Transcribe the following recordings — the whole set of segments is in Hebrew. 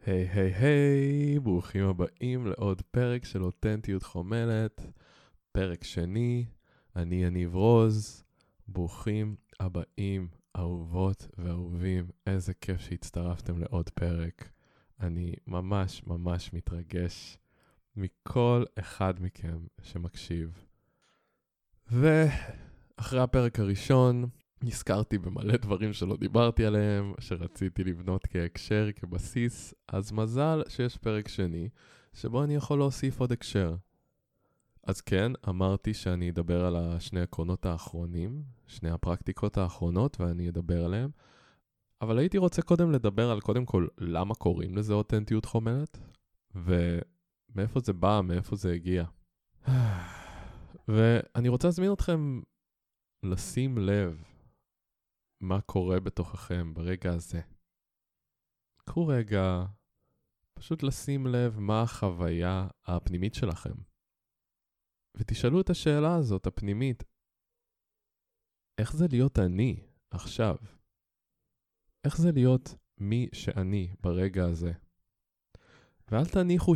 היי היי היי, ברוכים הבאים לעוד פרק של אותנטיות חומלת, פרק שני, אני יניב רוז, ברוכים הבאים, אהובות ואהובים, איזה כיף שהצטרפתם לעוד פרק. אני ממש ממש מתרגש מכל אחד מכם שמקשיב. ואחרי הפרק הראשון, נזכרתי במלא דברים שלא דיברתי עליהם, שרציתי לבנות כהקשר, כבסיס, אז מזל שיש פרק שני, שבו אני יכול להוסיף עוד הקשר. אז כן, אמרתי שאני אדבר על השני עקרונות האחרונים, שני הפרקטיקות האחרונות, ואני אדבר עליהם, אבל הייתי רוצה קודם לדבר על קודם כל למה קוראים לזה אותנטיות חומלת, ומאיפה זה בא, מאיפה זה הגיע. ואני רוצה להזמין אתכם לשים לב מה קורה בתוככם ברגע הזה. קחו רגע, פשוט לשים לב מה החוויה הפנימית שלכם. ותשאלו את השאלה הזאת, הפנימית, איך זה להיות אני עכשיו? איך זה להיות מי שאני ברגע הזה? ואל תניחו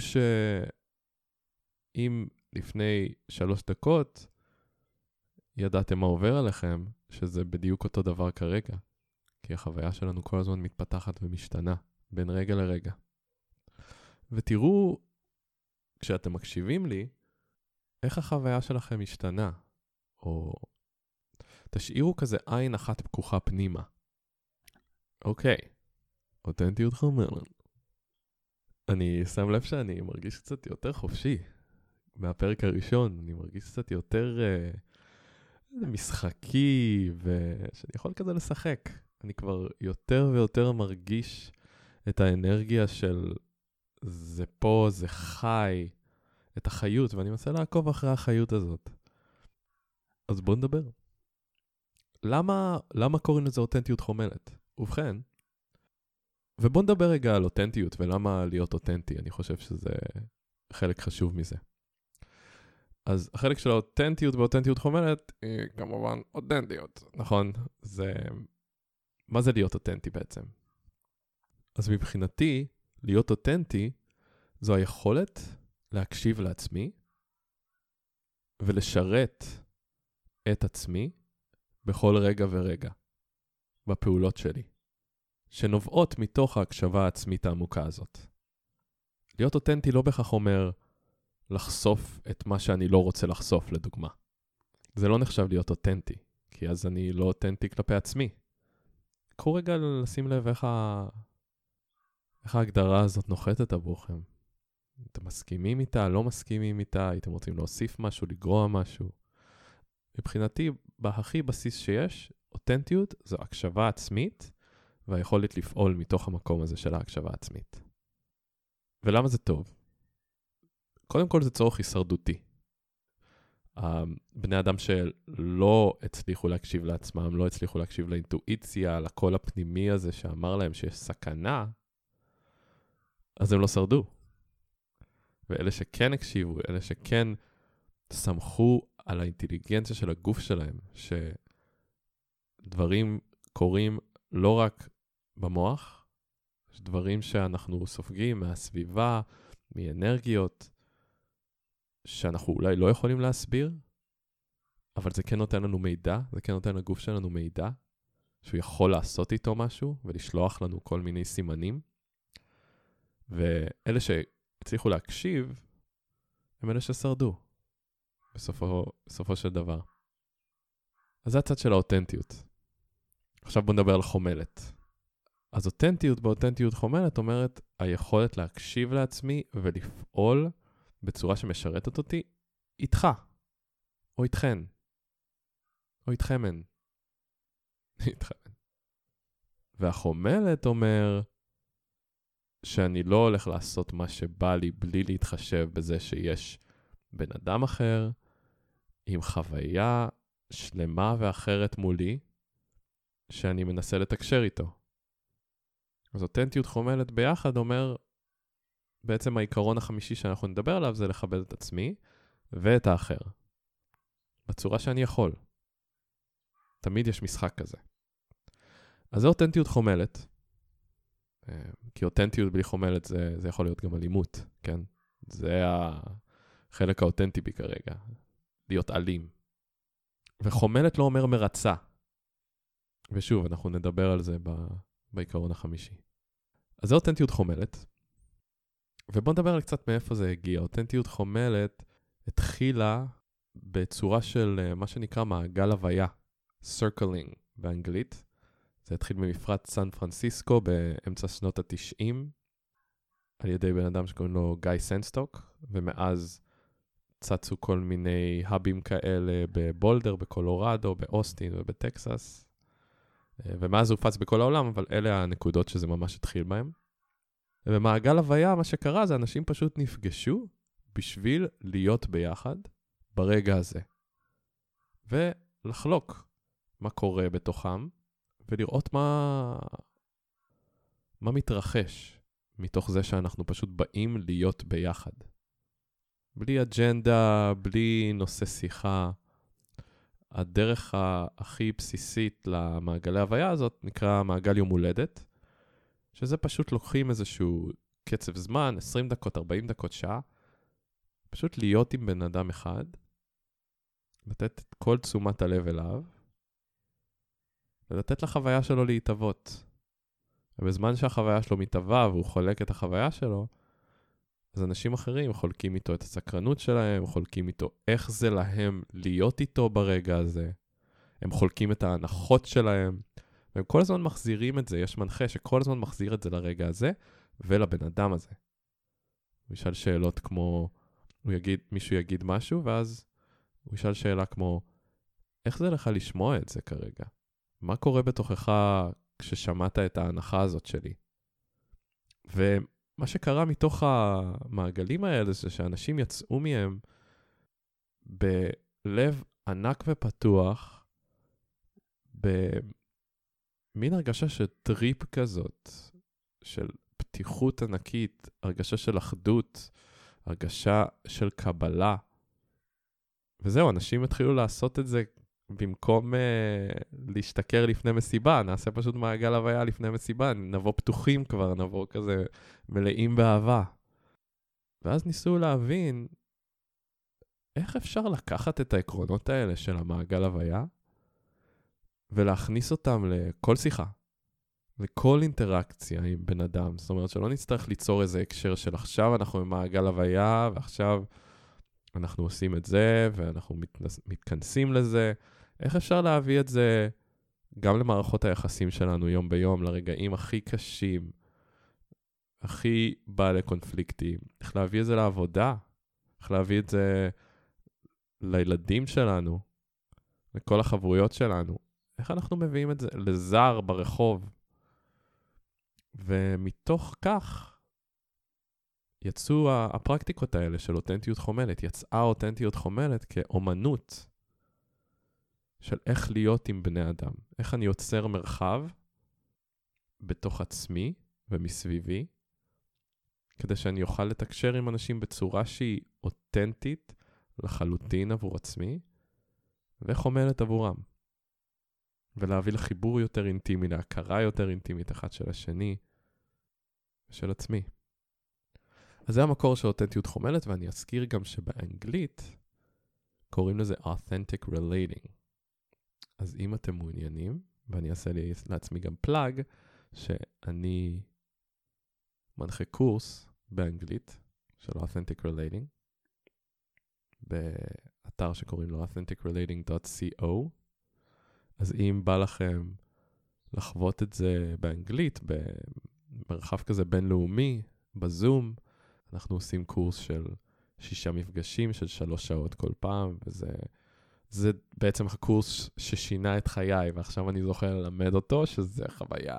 שאם לפני 3 דקות ידעתם מה עובר עליכם, שזה בדיוק אותו דבר כרגע. כי החוויה שלנו כל הזמן מתפתחת ומשתנה, בין רגע לרגע. ותראו, כשאתם מקשיבים לי, איך החוויה שלכם משתנה. או תשאירו כזה עין אחת פקוחה פנימה. אוקיי, אותנטיות חומלת. אני שם לב שאני מרגיש קצת יותר חופשי. מהפרק הראשון, אני מרגיש קצת יותר משחקי, ושאני יכול כזה לשחק. אני כבר יותר ויותר מרגיש את האנרגיה של זה פה, זה חי, את החיות, ואני מנסה לעקוב אחרי החיות הזאת. אז בואו נדבר. למה קוראים לזה אותנטיות חומלת? ובכן, ובואו נדבר רגע על אותנטיות, ולמה להיות אותנטי, אני חושב שזה חלק חשוב מזה. אז החלק של האותנטיות ואותנטיות חומלת היא כמובן אותנטיות, נכון? מה זה להיות אותנטי בעצם? אז מבחינתי, להיות אותנטי זו היכולת להקשיב לעצמי ולשרת את עצמי בכל רגע ורגע בפעולות שלי, שנובעות מתוך ההקשבה העצמית העמוקה הזאת. להיות אותנטי לא בכך אומר לחשוף את מה שאני לא רוצה לחשוף, לדוגמה. זה לא נחשב להיות אותנטי, כי אז אני לא אותנטי כלפי עצמי. קחו רגע לשים לב איך ההגדרה הזאת נוחתת עבורכם. אתם מסכימים איתה, לא מסכימים איתה, הייתם רוצים להוסיף משהו, לגרוע משהו. מבחינתי, בהכי בסיס שיש, אותנטיות זו הקשבה עצמית, והיכולת לפעול מתוך המקום הזה של ההקשבה העצמית. ולמה זה טוב? קודם כל זה צורך הישרדותי. בני אדם שלא הצליחו להקשיב לעצמם, לא הצליחו להקשיב לאינטואיציה, לקול הפנימי הזה שאמר להם שיש סכנה, אז הם לא שרדו. ואלה שכן הקשיבו, אלה שכן סמכו על האינטליגנציה של הגוף שלהם, שדברים קורים לא רק במוח, יש דברים שאנחנו סופגים מהסביבה, מאנרגיות, שאנחנו אולי לא יכולים להסביר, אבל זה כן נותן לנו מידע, זה כן נותן לגוף שלנו מידע, שהוא יכול לעשות איתו משהו, ולשלוח לנו כל מיני סימנים. ואלה שהצליחו להקשיב, הם אלה ששרדו, בסופו של דבר. אז זה הצד של האותנטיות. עכשיו בוא נדבר על חומלת. אז אותנטיות באותנטיות חומלת אומרת, היכולת להקשיב לעצמי ולפעול בצורה שמשרתת אותי איתך, או איתכן, או איתכמן. איתכמן. והחומלת אומר שאני לא הולך לעשות מה שבא לי בלי להתחשב בזה שיש בן אדם אחר, עם חוויה שלמה ואחרת מולי, שאני מנסה לתקשר איתו. אז אותנטיות חומלת ביחד אומר, בעצם העיקרון החמישי שאנחנו נדבר עליו זה לכבד את עצמי ואת האחר. בצורה שאני יכול. תמיד יש משחק כזה. אז זה אותנטיות חומלת. כי אותנטיות בלי חומלת זה יכול להיות גם אלימות, כן? זה החלק האותנטי בי כרגע, להיות אלים. וחומלת לא אומר מרצה. ושוב, אנחנו נדבר על זה בעיקרון החמישי. אז זה אותנטיות חומלת. ובואו נדבר על קצת מאיפה זה הגיע. אותנטיות חומלת התחילה בצורה של מה שנקרא מעגל הוויה, circling באנגלית. זה התחיל במפרץ סן פרנסיסקו באמצע שנות ה-90, על ידי בן אדם שקוראים לו גיא סנסטוק, ומאז צצו כל מיני האבים כאלה בבולדר, בקולורדו, באוסטין ובטקסס, ומאז הוא הופץ בכל העולם, אבל אלה הנקודות שזה ממש התחיל בהם. ובמעגל הוויה מה שקרה זה אנשים פשוט נפגשו בשביל להיות ביחד ברגע הזה. ולחלוק מה קורה בתוכם, ולראות מה מתרחש מתוך זה שאנחנו פשוט באים להיות ביחד. בלי אג'נדה, בלי נושא שיחה. הדרך הכי בסיסית למעגלי הוויה הזאת נקרא מעגל יום הולדת, שזה פשוט לוקחים איזשהו קצב זמן, 20 דקות, 40 דקות, שעה, פשוט להיות עם בן אדם אחד, לתת את כל תשומת הלב אליו, ולתת לחוויה שלו להתאבות. ובזמן שהחוויה שלו מתאבה והוא חולק את החוויה שלו, אז אנשים אחרים חולקים איתו את הסקרנות שלהם, חולקים איתו איך זה להם להיות איתו ברגע הזה. הם חולקים את ההנחות שלהם, והם כל הזמן מחזירים את זה. יש מנחה שכל הזמן מחזיר את זה לרגע הזה ולבן אדם הזה. הוא ישאל שאלות כמו, מישהו יגיד משהו, ואז הוא ישאל שאלה כמו, איך זה לך לשמוע את זה כרגע? מה קורה בתוכך כששמעת את ההנחה הזאת שלי? ומה שקרה מתוך המעגלים האלה זה שאנשים יצאו מהם בלב ענק ופתוח, במין הרגשה של טריפ כזאת, של פתיחות ענקית, הרגשה של אחדות, הרגשה של קבלה. וזהו, אנשים התחילו לעשות את זה במקום להשתכר לפני מסיבה, נעשה פשוט מעגל הוויה לפני מסיבה, נבוא פתוחים כבר, נבוא כזה מלאים באהבה. ואז ניסו להבין איך אפשר לקחת את העקרונות האלה של המעגל הוויה, ולהכניס אותם לכל שיחה, לכל אינטראקציה עם בן אדם. זאת אומרת שלא נצטרך ליצור איזה הקשר של עכשיו אנחנו במעגל הוויה, ועכשיו אנחנו עושים את זה, ואנחנו מתכנסים לזה. איך אפשר להביא את זה גם למערכות היחסים שלנו יום ביום, לרגעים הכי קשים, הכי בעלי קונפליקטים? איך להביא את זה לעבודה? איך להביא את זה לילדים שלנו, לכל החברויות שלנו? איך אנחנו מביאים את זה לזר ברחוב? ומתוך כך יצאו הפרקטיקות האלה של אותנטיות חומלת. יצאה אותנטיות חומלת כאומנות של איך להיות עם בני אדם. איך אני יוצר מרחב בתוך עצמי ומסביבי, כדי שאני אוכל לתקשר עם אנשים בצורה שהיא אותנטית לחלוטין עבור עצמי, וחומלת עבורם. ולהביא לחיבור יותר אינטימי, להכרה יותר אינטימית אחד של השני ושל עצמי. אז זה המקור של אותנטיות חומלת, ואני אזכיר גם שבאנגלית קוראים לזה authentic relating. אז אם אתם מעוניינים, ואני אעשה לעצמי גם פלאג, שאני מנחה קורס באנגלית של authentic relating, באתר שקוראים לו authenticrelating.co. אז אם בא לכם לחוות את זה באנגלית, במרחב כזה בינלאומי, בזום, אנחנו עושים קורס של 6 מפגשים של 3 שעות כל פעם, וזה בעצם הקורס ששינה את חיי, ועכשיו אני זוכר ללמד אותו, שזה חוויה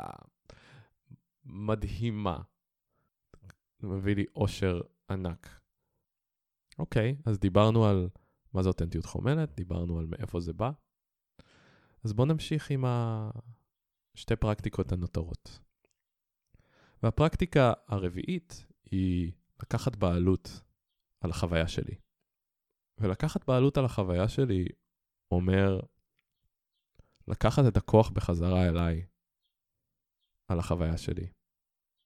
מדהימה. זה מביא לי אושר ענק. אוקיי, אז דיברנו על מה זה אותנטיות חומלת, דיברנו על מאיפה זה בא. אז בואו נמשיך עם שתי פרקטיקות הנותרות. והפרקטיקה הרביעית היא לקחת בעלות על החוויה שלי. ולקחת בעלות על החוויה שלי אומר לקחת את הכוח בחזרה אליי על החוויה שלי.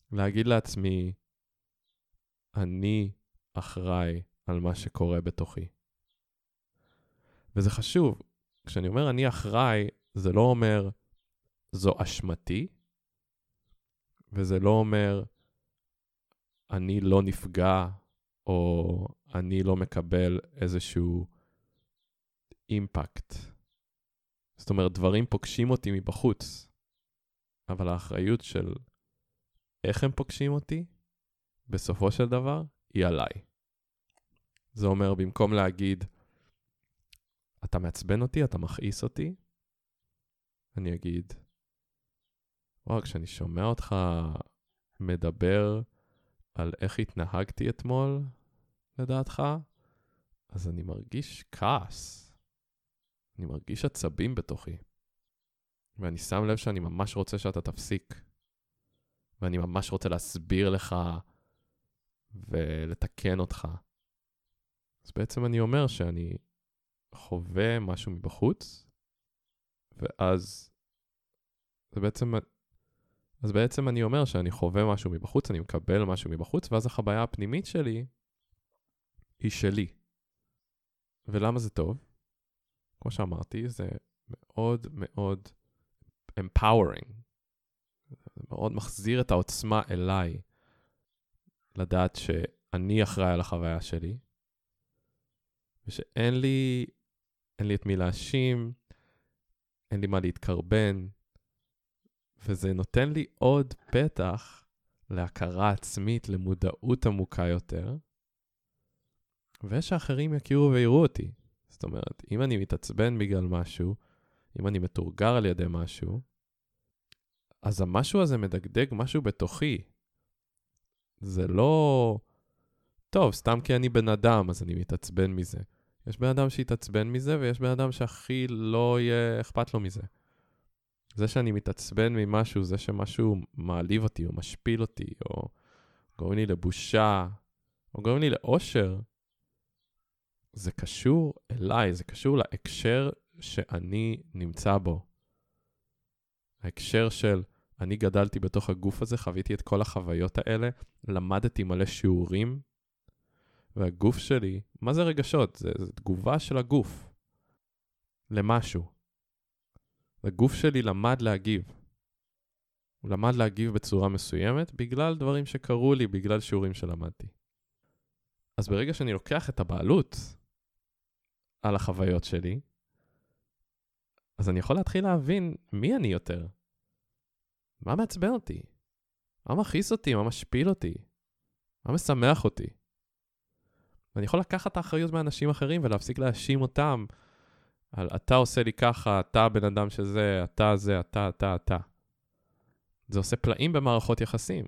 להגיד לעצמי, אני אחראי על מה שקורה בתוכי. וזה חשוב. כשאני אומר אני אחראי, זה לא אומר זו אשמתי, וזה לא אומר אני לא נפגע, או אני לא מקבל איזשהו אימפקט. זאת אומרת, דברים פוגשים אותי מבחוץ, אבל האחריות של איך הם פוגשים אותי, בסופו של דבר, היא עליי. זה אומר, במקום להגיד, אתה מעצבן אותי, אתה מכעיס אותי, אני אגיד, וואו, כשאני שומע אותך מדבר על איך התנהגתי אתמול, לדעתך, אז אני מרגיש כעס. אני מרגיש עצבים בתוכי. ואני שם לב שאני ממש רוצה שאתה תפסיק. ואני ממש רוצה להסביר לך ולתקן אותך. אז בעצם אני אומר שאני חווה משהו מבחוץ, ואז בעצם אני אומר שאני חווה משהו מבחוץ, אני מקבל משהו מבחוץ, ואז החוויה הפנימית שלי היא שלי. ולמה זה טוב? כמו שאמרתי, זה מאוד מאוד empowering. זה מאוד מחזיר את העוצמה אליי, לדעת שאני אחראי על החוויה שלי, ושאין לי את מי להאשים, אין לי מה להתקרבן, וזה נותן לי עוד פתח להכרה עצמית, למודעות עמוקה יותר, ושאחרים יכירו ויראו אותי. זאת אומרת, אם אני מתעצבן בגלל משהו, אם אני מתורגר על ידי משהו, אז המשהו הזה מדגדג משהו בתוכי. זה לא טוב, סתם כי אני בן אדם, אז אני מתעצבן מזה. יש בן אדם שיתעצבן מזה, ויש בן אדם שהכי לא יהיה אכפת לו מזה. זה שאני מתעצבן ממשהו, זה שמשהו מעליב אותי, או משפיל אותי, או גורם לי לבושה, או גורם לי לאושר, זה קשור אליי, זה קשור להקשר שאני נמצא בו. ההקשר של אני גדלתי בתוך הגוף הזה, חוויתי את כל החוויות האלה, למדתי מלא שיעורים, והגוף שלי, מה זה רגשות? זה תגובה של הגוף למשהו. הגוף שלי למד להגיב. הוא למד להגיב בצורה מסוימת בגלל דברים שקרו לי, בגלל שיעורים שלמדתי. אז ברגע שאני לוקח את הבעלות על החוויות שלי, אז אני יכול להתחיל להבין מי אני יותר. מה מעצבן אותי? מה מכעיס אותי? מה משפיל אותי? מה משמח אותי? ואני יכול לקחת את האחריות מאנשים אחרים ולהפסיק להאשים אותם על אתה עושה לי ככה, אתה בן אדם שזה, אתה זה, אתה. זה עושה פלאים במערכות יחסים.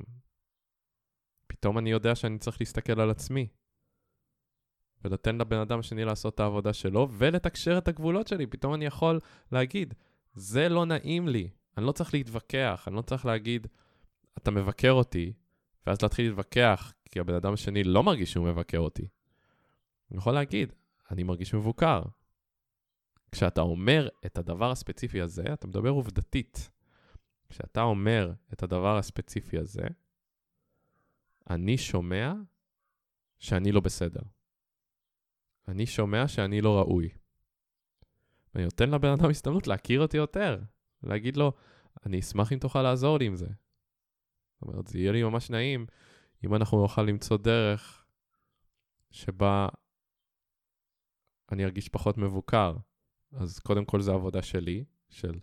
פתאום אני יודע שאני צריך להסתכל על עצמי. ולתן לבן אדם שני לעשות את העבודה שלו, ולתקשר את הגבולות שלי. פתאום אני יכול להגיד, זה לא נעים לי. אני לא צריך להתווכח, אני לא צריך להגיד, אתה מבקר אותי, ואז להתחיל להתווכח, כי הבן אדם השני לא מרגיש שהוא מבקר אותי. אני יכול להגיד, אני מרגיש מבוקר. כשאתה אומר את הדבר הספציפי הזה, אתה מדבר עובדתית. כשאתה אומר את הדבר הספציפי הזה, אני שומע שאני לא בסדר. אני שומע שאני לא ראוי. ואני נותן לבן אדם הזדמנות להכיר אותי יותר. להגיד לו, אני אשמח אם תוכל לעזור לי עם זה. זאת אומרת, זה יהיה לי ממש נעים אם אנחנו נוכל למצוא דרך שבה אני ארגיש פחות מבוקר. אז קודם כל זה עבודה שלי, של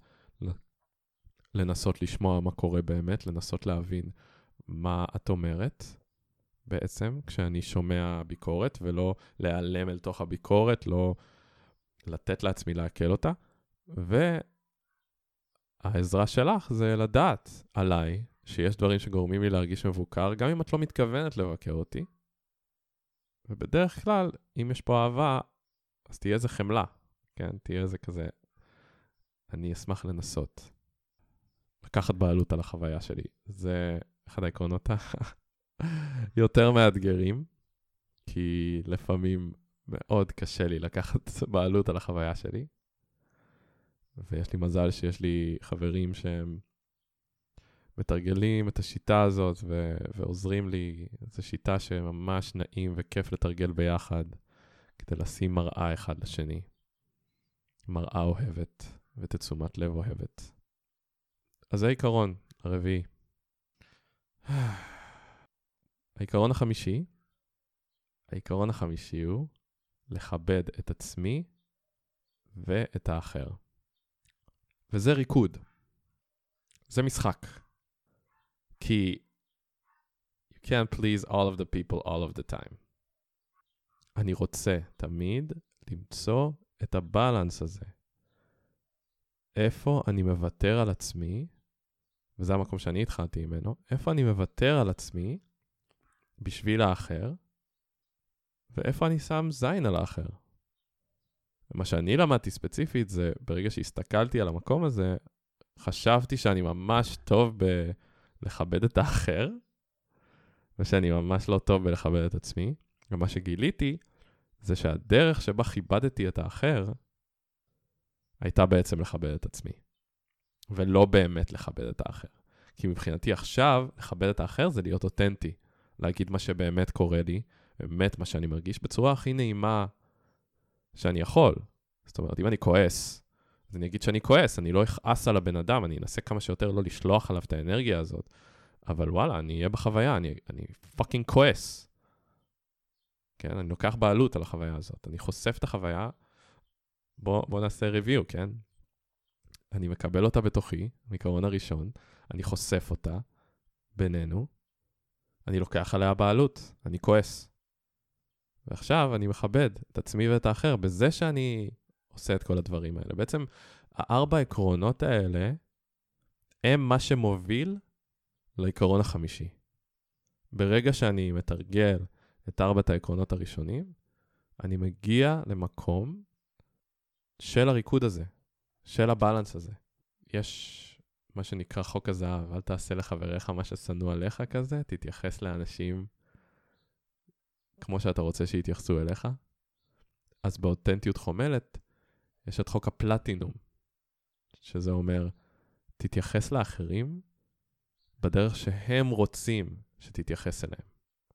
לנסות לשמוע מה קורה באמת, לנסות להבין מה את אומרת בעצם, כשאני שומע ביקורת, ולא להיעלם אל תוך הביקורת, לא לתת לעצמי להקל אותה. והעזרה שלך זה לדעת עליי, שיש דברים שגורמים לי להרגיש מבוקר, גם אם את לא מתכוונת לבקר אותי. ובדרך כלל, אם יש פה אהבה, אז תהיה איזה חמלה. כן, תהיה איזה כזה, אני אשמח לנסות. לקחת בעלות על החוויה שלי. זה אחד העקרונות יותר מאתגרים, כי לפעמים מאוד קשה לי לקחת בעלות על החוויה שלי. ויש לי מזל שיש לי חברים שהם מתרגלים את השיטה הזאת ועוזרים לי. זו שיטה שממש נעים וכיף לתרגל ביחד, כדי לשים מראה אחד לשני. מראה אוהבת ותשומת לב אוהבת. אז זה העיקרון הרביעי. העיקרון החמישי הוא לכבד את עצמי ואת האחר. וזה ריקוד. זה משחק. כי you can't please all of the people all of the time. אני רוצה תמיד למצוא את הבלנס הזה. איפה אני מוותר על עצמי, וזה המקום שאני התחלתי ממנו, איפה אני מוותר על עצמי בשביל האחר, ואיפה אני שם זין על האחר. מה שאני למדתי ספציפית זה, ברגע שהסתכלתי על המקום הזה, חשבתי שאני ממש טוב בלכבד את האחר, ושאני ממש לא טוב בלכבד את עצמי. ומה שגיליתי, זה שהדרך שבה כיבדתי את האחר, הייתה בעצם לכבד את עצמי. ולא באמת לכבד את האחר. כי מבחינתי עכשיו, לכבד את האחר זה להיות אותנטי. להגיד מה שבאמת קורה לי, באמת מה שאני מרגיש, בצורה הכי נעימה שאני יכול. זאת אומרת, אם אני כועס, אז אני אגיד שאני כועס, אני לא אכעס על הבן אדם, אני אנסה כמה שיותר לא לשלוח עליו את האנרגיה הזאת, אבל וואלה, אני אהיה בחוויה, אני פאקינג כועס. כן, אני לוקח בעלות על החוויה הזאת, אני חושף את החוויה, בוא נעשה ריוויו, כן? אני מקבל אותה בתוכי, מעיקרון הראשון, אני חושף אותה בינינו, אני לוקח עליה בעלות, אני כועס. ועכשיו אני מכבד את עצמי ואת האחר, בזה שאני עושה את כל הדברים האלה. בעצם, 4 העקרונות האלה, הם מה שמוביל לעיקרון החמישי. ברגע שאני מתרגל את 4 העקרונות הראשונים, אני מגיע למקום של הריקוד הזה, של הבלנס הזה. יש מה שנקרא חוק הזהב, אל תעשה לחבריך מה ששנוא עליך כזה, תתייחס לאנשים כמו שאתה רוצה שיתייחסו אליך. אז באותנטיות חומלת, יש את חוק הפלטינום, שזה אומר, תתייחס לאחרים בדרך שהם רוצים שתתייחס אליהם.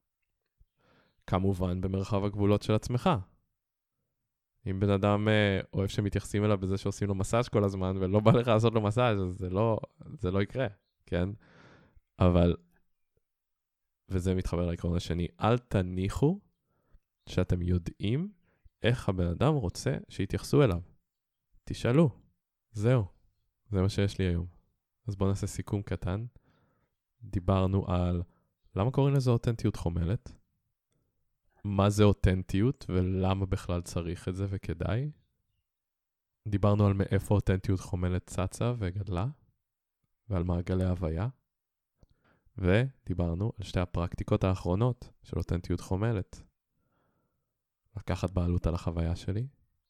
כמובן במרחב הגבולות של עצמך. אם בן אדם אוהב שמתייחסים אליו בזה שעושים לו מסאז' כל הזמן, ולא בא לך לעשות לו מסאז', אז זה לא יקרה, כן? אבל, וזה מתחבר לעקרון השני, אל תניחו שאתם יודעים איך הבן אדם רוצה שיתייחסו אליו. תשאלו. זהו. זה מה שיש לי היום. אז בואו נעשה סיכום קטן. דיברנו על למה קוראים לזה אותנטיות חומלת, מה זה אותנטיות ולמה בכלל צריך את זה וכדאי. דיברנו על מאיפה אותנטיות חומלת צצה וגדלה, ועל מעגלי הוויה. ודיברנו על 2 הפרקטיקות האחרונות של אותנטיות חומלת. לקחת בעלות על החוויה שלי,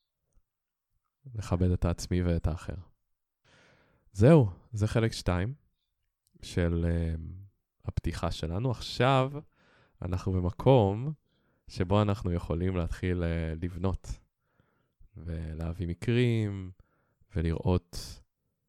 לכבד את העצמי ואת האחר. זהו, זה חלק 2 של הפתיחה שלנו. עכשיו אנחנו במקום שבו אנחנו יכולים להתחיל לבנות ולהביא מקרים ולראות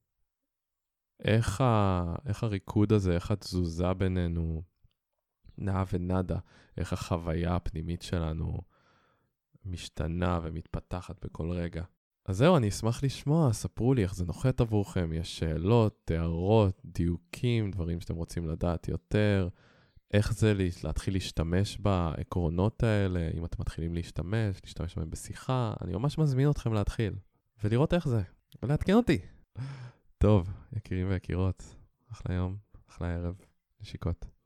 איך הריקוד הזה, איך התזוזה בינינו נעה ונדה, איך החוויה הפנימית שלנו משתנה ומתפתחת בכל רגע. אז זהו, אני אשמח לשמוע, ספרו לי איך זה נוחת עבורכם, יש שאלות, תיארות, דיוקים, דברים שאתם רוצים לדעת יותר, איך זה להתחיל להשתמש בעקרונות האלה, אם אתם מתחילים להשתמש בהם בשיחה, אני ממש מזמין אתכם להתחיל, ולראות איך זה, ולהתקן אותי. טוב, יקירים ויקירות, אחלה יום, אחלה ערב, נשיקות.